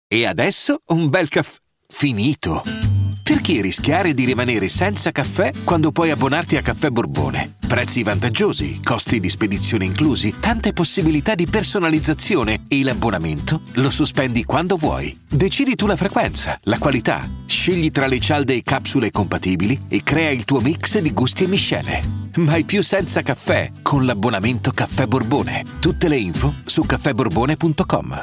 E adesso un bel caffè finito. Perché rischiare di rimanere senza caffè quando puoi abbonarti a Caffè Borbone? Prezzi vantaggiosi, costi di spedizione inclusi, tante possibilità di personalizzazione e l'abbonamento lo sospendi quando vuoi. Decidi tu la frequenza, la qualità, scegli tra le cialde e capsule compatibili e crea il tuo mix di gusti e miscele. Mai più senza caffè con l'abbonamento Caffè Borbone. Tutte le info su caffèborbone.com.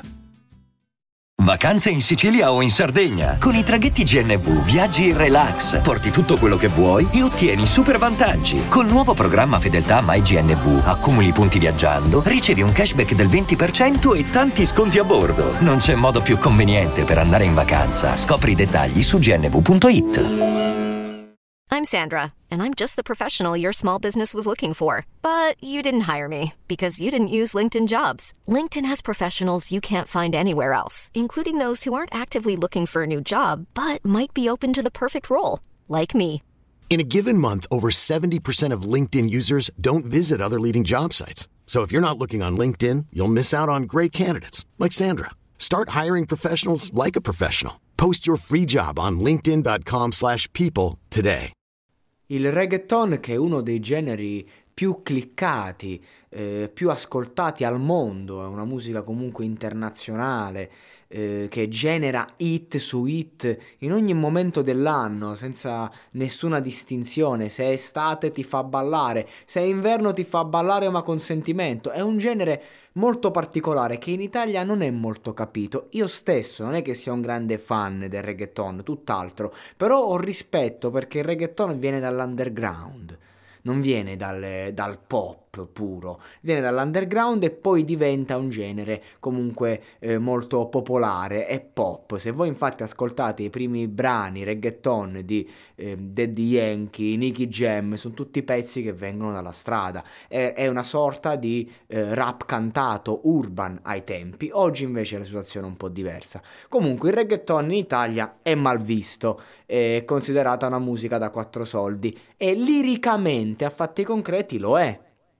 Vacanze in Sicilia o in Sardegna. Con i traghetti GNV viaggi in relax, porti tutto quello che vuoi e ottieni super vantaggi. Col nuovo programma Fedeltà MyGNV accumuli punti viaggiando, ricevi un cashback del 20% e tanti sconti a bordo. Non c'è modo più conveniente per andare in vacanza. Scopri i dettagli su gnv.it. I'm Sandra, and I'm just the professional your small business was looking for. But you didn't hire me because you didn't use LinkedIn Jobs. LinkedIn has professionals you can't find anywhere else, including those who aren't actively looking for a new job, but might be open to the perfect role, like me. In a given month, over 70% of LinkedIn users don't visit other leading job sites. So if you're not looking on LinkedIn, you'll miss out on great candidates like Sandra. Start hiring professionals like a professional. Post your free job on linkedin.com/people today. Il reggaeton, che è uno dei generi più cliccati, più ascoltati al mondo, è una musica comunque internazionale, che genera hit su hit in ogni momento dell'anno, senza nessuna distinzione. Se è estate ti fa ballare, se è inverno ti fa ballare ma con sentimento. È un genere molto particolare che in Italia non è molto capito. Io stesso non è che sia un grande fan del reggaeton, tutt'altro, però ho rispetto perché il reggaeton viene dall'underground, non viene dal pop puro, viene dall'underground e poi diventa un genere comunque molto popolare e pop. Se voi infatti ascoltate i primi brani reggaeton di Daddy Yankee, Nicky Jam, sono tutti pezzi che vengono dalla strada, è una sorta di rap cantato urban ai tempi. Oggi invece la situazione è un po' diversa. Comunque il reggaeton in Italia è mal visto, è considerata una musica da quattro soldi e liricamente a fatti concreti lo è.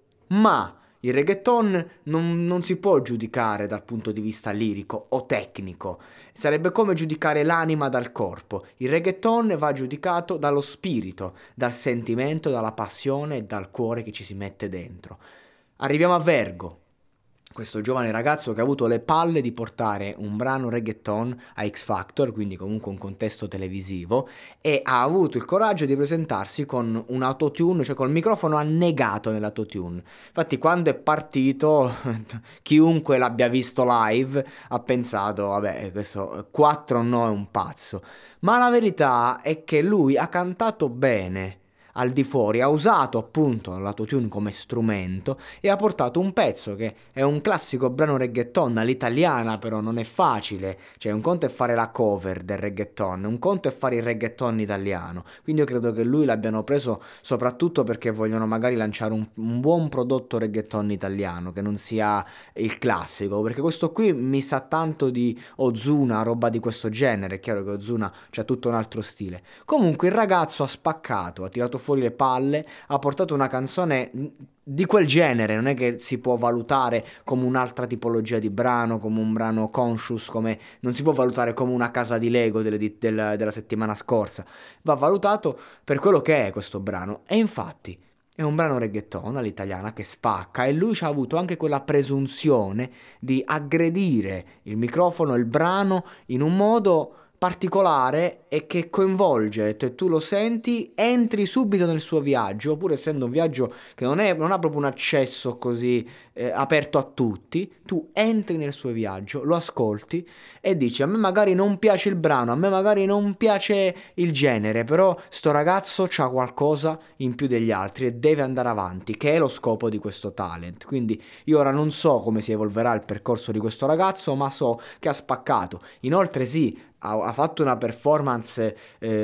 Ma il reggaeton non si può giudicare dal punto di vista lirico o tecnico. Sarebbe come giudicare l'anima dal corpo. Il reggaeton va giudicato dallo spirito, dal sentimento, dalla passione e dal cuore che ci si mette dentro. Arriviamo a Vergo, questo giovane ragazzo che ha avuto le palle di portare un brano reggaeton a X Factor, quindi comunque un contesto televisivo, e ha avuto il coraggio di presentarsi con un autotune, cioè col microfono annegato nell'autotune. Infatti quando è partito chiunque l'abbia visto live ha pensato vabbè, questo 4 no è un pazzo, ma la verità è che lui ha cantato bene al di fuori, ha usato appunto l'autotune come strumento e ha portato un pezzo che è un classico brano reggaeton all'italiana, però non è facile, cioè un conto è fare la cover del reggaeton, un conto è fare il reggaeton italiano, quindi io credo che lui l'abbiano preso soprattutto perché vogliono magari lanciare un buon prodotto reggaeton italiano, che non sia il classico, perché questo qui mi sa tanto di Ozuna, roba di questo genere. È chiaro che Ozuna c'ha tutto un altro stile. Comunque il ragazzo ha spaccato, ha tirato fuori le palle, ha portato una canzone di quel genere, non è che si può valutare come un'altra tipologia di brano, come un brano conscious, come non si può valutare come una casa di Lego della settimana scorsa, va valutato per quello che è questo brano. E infatti è un brano reggaeton all'italiana che spacca e lui ci ha avuto anche quella presunzione di aggredire il microfono e il brano in un modo particolare e che coinvolge, tu lo senti, entri subito nel suo viaggio, pur essendo un viaggio che non ha proprio un accesso così aperto a tutti. Tu entri nel suo viaggio, lo ascolti e dici: a me magari non piace il brano, a me magari non piace il genere, però sto ragazzo c'ha qualcosa in più degli altri e deve andare avanti, che è lo scopo di questo talent. Quindi io ora non so come si evolverà il percorso di questo ragazzo, ma so che ha spaccato. Inoltre sì, ha fatto una performance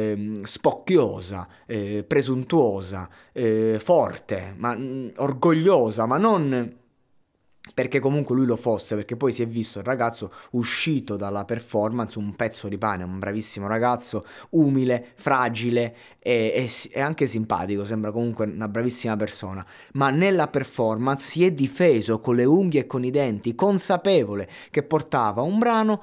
spocchiosa, presuntuosa, forte, ma orgogliosa, ma non perché comunque lui lo fosse, perché poi si è visto il ragazzo uscito dalla performance un pezzo di pane, un bravissimo ragazzo, umile, fragile e anche simpatico, sembra comunque una bravissima persona, ma nella performance si è difeso con le unghie e con i denti, consapevole che portava un brano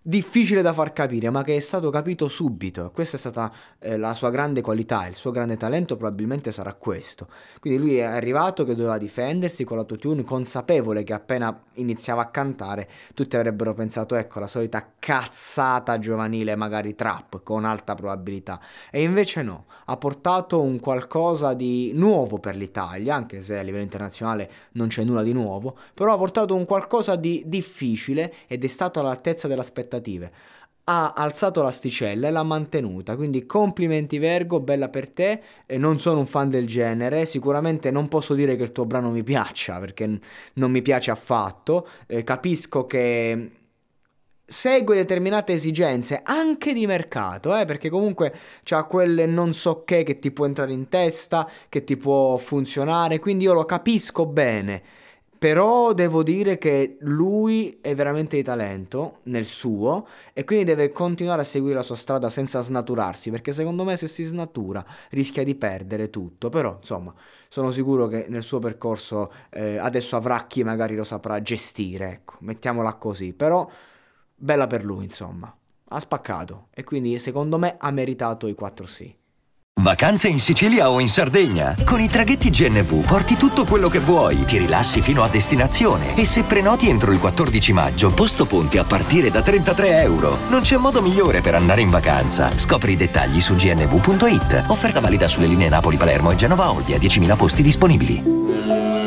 difficile da far capire, ma che è stato capito subito. Questa è stata la sua grande qualità, il suo grande talento probabilmente sarà questo. Quindi lui è arrivato che doveva difendersi con l'autotune, consapevole che appena iniziava a cantare tutti avrebbero pensato, ecco, la solita cazzata giovanile, magari trap, con alta probabilità. E invece no, ha portato un qualcosa di nuovo per l'Italia, anche se a livello internazionale non c'è nulla di nuovo, però ha portato un qualcosa di difficile ed è stato all'altezza delle aspettative. Ha alzato l'asticella e l'ha mantenuta, quindi complimenti Vergo, bella per te. Non sono un fan del genere, sicuramente non posso dire che il tuo brano mi piaccia, perché non mi piace affatto. Capisco che segue determinate esigenze anche di mercato, perché comunque c'ha quelle non so che ti può entrare in testa, che ti può funzionare, quindi io lo capisco bene. Però devo dire che lui è veramente di talento nel suo e quindi deve continuare a seguire la sua strada senza snaturarsi, perché secondo me se si snatura rischia di perdere tutto. Però insomma sono sicuro che nel suo percorso adesso avrà chi magari lo saprà gestire, ecco, mettiamola così. Però bella per lui, insomma, ha spaccato e quindi secondo me ha meritato i 4 sì. Vacanze in Sicilia o in Sardegna? Con i traghetti GNV porti tutto quello che vuoi, ti rilassi fino a destinazione e se prenoti entro il 14 maggio, posto ponti a partire da €33. Non c'è modo migliore per andare in vacanza. Scopri i dettagli su gnv.it. Offerta valida sulle linee Napoli-Palermo e Genova-Olbia, 10.000 posti disponibili.